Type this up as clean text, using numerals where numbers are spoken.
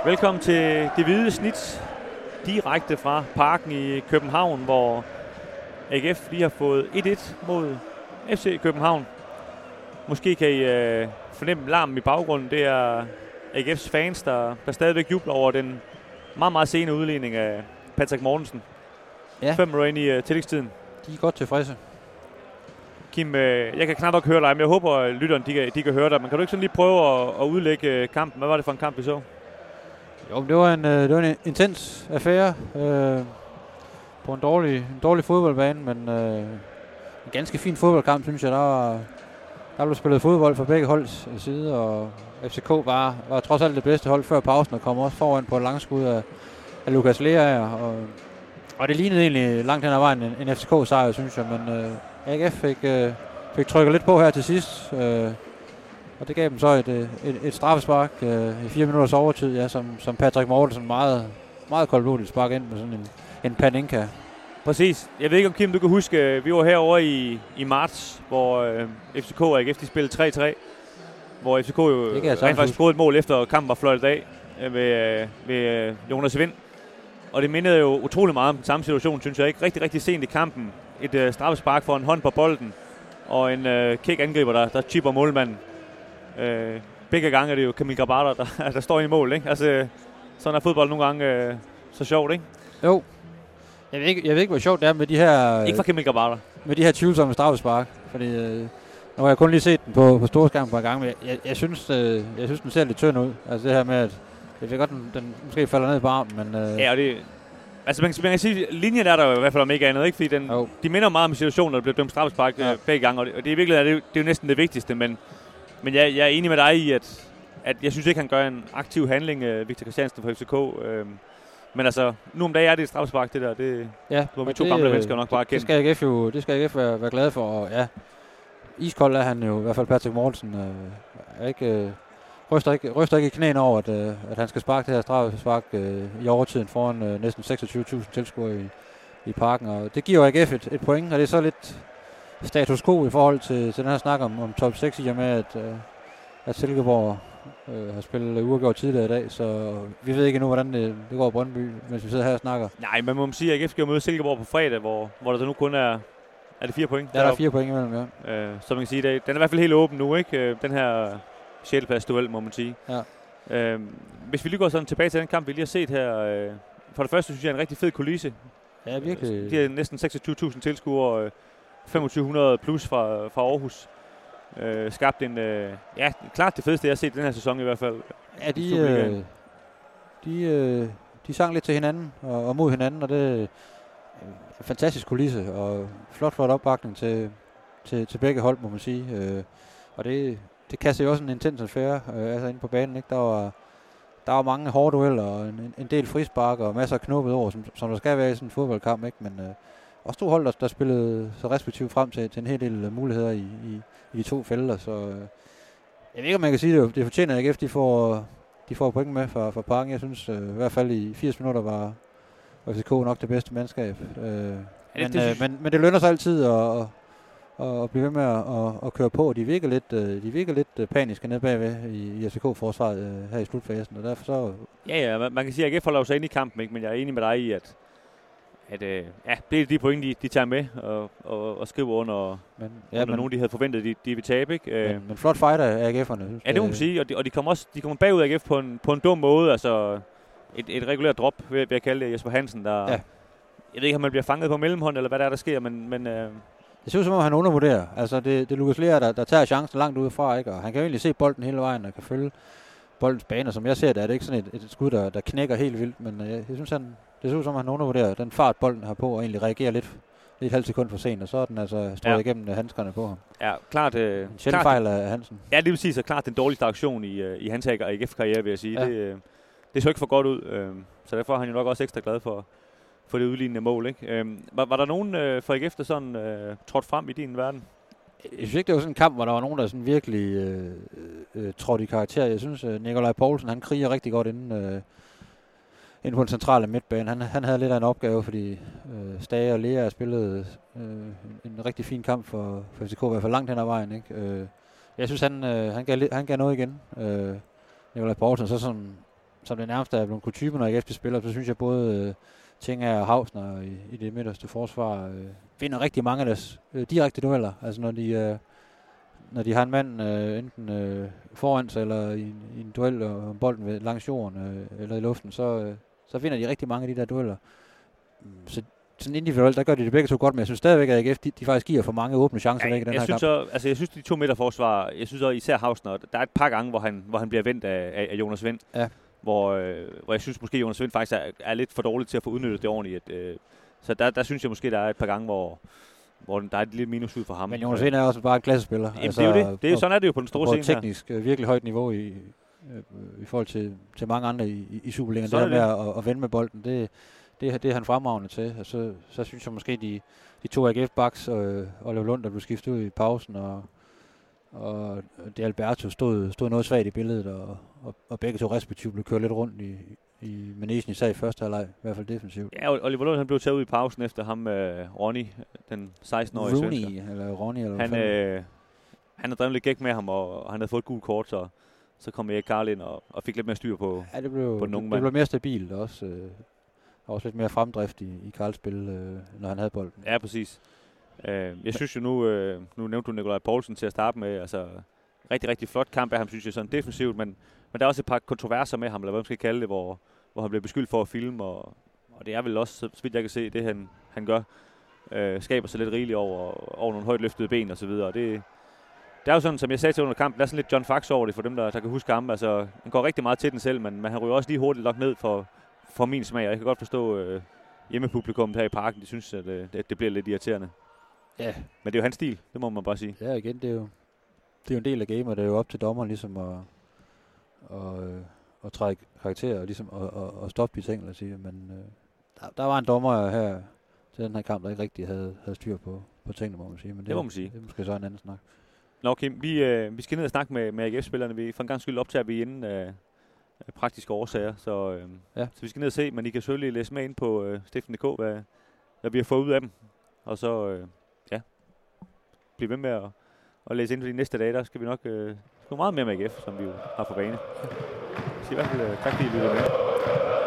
Velkommen til Det Hvide Snit, direkte fra Parken i København, hvor AGF lige har fået 1-1 mod FC København. Måske kan I fornemme larmen i baggrunden. Det er AGF's fans, der stadigvæk jubler over den meget, meget sene udligning af Patrick Mortensen. Ja. 5 minutter ind i tillægstiden. De er godt tilfredse. Kim, jeg kan knap nok høre dig, men jeg håber, at lytterne de kan høre dig. Men kan du ikke sådan lige prøve at udlægge kampen? Hvad var det for en kamp, vi så? Jo, det var en intens affære på en dårlig fodboldbane, men en ganske fin fodboldkamp, synes jeg. Der blev spillet fodbold fra begge holds side, og FCK var trods alt det bedste hold før pausen, og kom også foran på et langskud af Lukas Lea. Og det lignede egentlig langt hen ad vejen en FCK-sejr, synes jeg, men AGF fik trykket lidt på her til sidst. Og det gav dem så et straffespark i 4 minutters overtid, ja, som Patrick Mortensen meget, meget koldblodigt spark ind med sådan en Panenka. Præcis. Jeg ved ikke om Kim, du kan huske, vi var herovre i marts, hvor FCK og AGF de spillede 3-3. Hvor FCK jo rent faktisk scorede et mål efter kampen var fløjtet af ved Jonas Vind. Og det mindede jo utrolig meget om den samme situation, synes jeg ikke. Rigtig, rigtig sent i kampen. Et straffespark for en hånd på bolden. Og en kæk angriber, der chipper målmanden. Begge gange er det jo Kamil Grabara, der står i mål, ikke? Altså, sådan er fodbold nogle gange så sjovt, ikke? Jo. Jeg ved ikke, hvor sjovt det er med de her... Ikke for Kamil Grabara. Med de her tvivlsomme straffespark. Fordi nu har jeg kun lige set den på storskærmen på en gang, men jeg synes, den ser lidt tynd ud. Altså det her med, at jeg ved godt, den måske falder ned på armen, men... Ja, og det... Altså man kan sige, linjen er der jo i hvert fald om ikke andet, ikke? Fordi de minder meget om situationen, der bliver dømt straffespark begge gange, og det er virkelig det er jo næsten det vigtigste, men jeg er enig med dig i, at jeg synes ikke, han gør en aktiv handling, Victor Christiansen fra FCK. Men altså, nu om dagen er det et straffespark, det der. Det hvor vi to gamle mennesker nok bare kende. Det skal AGF være glad for, og ja, iskold er han jo, i hvert fald Patrick Mortensen, ryster ikke i knæene over, at han skal sparke det her straffespark i overtiden foran næsten 26.000 tilskuere i Parken, og det giver AGF et point, og det er så lidt status quo i forhold til den her snak om top 6, i og med, at Silkeborg har spillet uafgjort tidligere i dag, så vi ved ikke endnu, hvordan det går i Brøndby, mens vi sidder her og snakker. Nej, men man må sige, at AGF skal møde Silkeborg på fredag, hvor der nu kun er det 4 point? Ja, der er 4 point imellem, ja. Så man kan sige, den er i hvert fald helt åben nu, ikke? Den her 6. plads duel, må man sige. Ja. Hvis vi lige går sådan tilbage til den kamp, vi lige har set her. For det første synes jeg, er en rigtig fed kulisse. Ja, virkelig. De har næsten 26.000 tilskuere, 2500 plus fra Aarhus. Skabt en, klart det fedeste, jeg har set den her sæson i hvert fald. Ja, de sang lidt til hinanden og mod hinanden, og det er en fantastisk kulisse og flot opbakning til begge hold, må man sige. Og det kaster jo også en intens affære altså inde på banen, ikke? Der var mange hårde dueller og en del frispark og masser af knubbet over, som der skal være i sådan en fodboldkamp, ikke? Men også to hold, der spillede så respektivt frem til en hel del muligheder i de to felter, så jeg ved ikke, om man kan sige det fortjener AGF, de får point med fra Parken. Jeg synes i hvert fald i 80 minutter var FCK nok det bedste mandskab. Men det lønner sig altid at blive ved med at køre på. De virker lidt paniske nede bagved i FCK-forsvaret her i slutfasen, og derfor så... Ja, man kan sige, at AGF holder sig ind i kampen, ikke? Men jeg er enig med dig i, at det er de point, de tager med og skriver under nogen, de havde forventet, de vil tabe, ikke? Men flot fight af AGF'erne. Ja, det må man sige, og de kommer bagud af AGF på en dum måde, altså et regulært drop, vil jeg kalde det, Jesper Hansen, der... Ja. Jeg ved ikke, om man bliver fanget på mellemhånd, eller hvad der sker, men det ser ud som om, han undervurderer. Altså, det er Lukas Lea, der tager chancen langt udefra, ikke? Og han kan jo egentlig se bolden hele vejen, og kan følge boldens bane. Som jeg ser det, er det ikke sådan et skud, der knækker helt vildt, men jeg synes, det ser ud som om, han undervurderer den fart, bolden har på, og egentlig reagerer lidt halvt sekund for sent, og så er den altså strøget igennem handskerne på ham. Ja, klart. En sjældent fejl af Hansen. Ja, det vil sige så klart den dårligste aktion i hans AGF-karriere, vil jeg sige. Ja. Det så ikke for godt ud, så derfor er han jo nok også ekstra glad for det udlignende mål, ikke? Var der nogen fra AGF, der sådan trådte frem i din verden? Jeg synes ikke, det var sådan en kamp, hvor der var nogen, der sådan virkelig trådte i karakter. Jeg synes, Nikolaj Poulsen, han kriger rigtig godt inde på den centrale midtbane. Han havde lidt af en opgave, fordi Stage og Lea spillede en rigtig fin kamp for FCK, i hvert fald langt hen ad vejen, ikke? Jeg synes, han gav noget igen. Nikolaj Poulsen, så sådan som det nærmest er blevet kutyme, når AGF spiller, så synes jeg både Tinger og Hausner i det midterste forsvar vinder rigtig mange af deres direkte dueller. Altså når de har en mand enten foran sig eller i en duel om bolden langs jorden eller i luften, så vinder de rigtig mange af de der dueller. Så sådan individuelt, der gør de det begge to godt, men jeg synes stadigvæk, at AGF, de faktisk giver for mange åbne chancer væk i den her kamp. Jeg synes, de 2 midterforsvar, jeg synes også især Hausner, der er et par gange, hvor han bliver vendt af Jonas Wind. Ja. Hvor jeg synes måske, Jonas Wind faktisk er lidt for dårlig til at få udnyttet det ordentligt. Så der synes jeg måske, der er et par gange, hvor der er et lille minus ud for ham. Men Jonas Wind er også bare et klassespiller. Jamen, altså, det er jo det. Sådan er det jo på den store scene her. På teknisk virkelig højt niveau i forhold til mange andre i Superligaen. Det her med at vende med bolden, det er han fremragende til. Altså, så synes jeg måske, de 2 AGF-backs og Oliver Lund, der blev skiftet ud i pausen, og det Alberto stod noget svagt i billedet, og begge to respektivt blev kørt lidt rundt i Manegen, især i første halvleg, i hvert fald defensivt. Ja, Oliver Lund, han blev taget ud i pausen efter ham, Ronny, den 16-årige svensker. Eller Ronny, eller han har drevet lidt gæk med ham, og han havde fået et gult kort, så kom Erik Karl ind og fik lidt mere styr på, på den unge mand. Det blev mere stabilt også lidt mere fremdrift i Karls spil, når han havde bolden. Ja, præcis. Jeg synes jo nu nævnte du Nikolaj Poulsen til at starte med, altså rigtig, rigtig flot kamp af ham, synes jeg, sådan defensivt, men der er også et par kontroverser med ham, eller hvad man skal kalde det, hvor han bliver beskyldt for at filme, og det er vel også, så vidt jeg kan se, det han gør, skaber sig lidt rigeligt over nogle højt løftede ben og så videre. Det er jo sådan, som jeg sagde til under kampen, der er sådan lidt John Fax over det, for dem, der kan huske ham. Altså, han går rigtig meget til den selv, men han ryger også lige hurtigt nok ned for min smag, og jeg kan godt forstå hjemmepublikummet her i parken, de synes, at det bliver lidt irriterende. Ja. Men det er jo hans stil, det må man bare sige. Ja, igen, det er jo en del af gamet, og det er jo op til dommeren ligesom at trække karakterer og ligesom at stoppe de ting, lad os sige. Men der var en dommer her til den her kamp, der ikke rigtig havde styr på tingene, må man sige. Men det må man sige. Det er måske så en anden snak. Nå, Kim, vi skal ned og snakke med AGF-spillerne. Vi for en gang skyld optager vi inden af praktiske årsager, så vi skal ned og se, men I kan selvfølgelig læse med ind på Stiften.dk, hvad vi har fået ud af dem. Og så, blive ved med at læse ind for de næste dage. Der skal vi nok gå meget mere med AGF, som vi jo har på bane. Så i hvert fald tak, fordi I lytter med.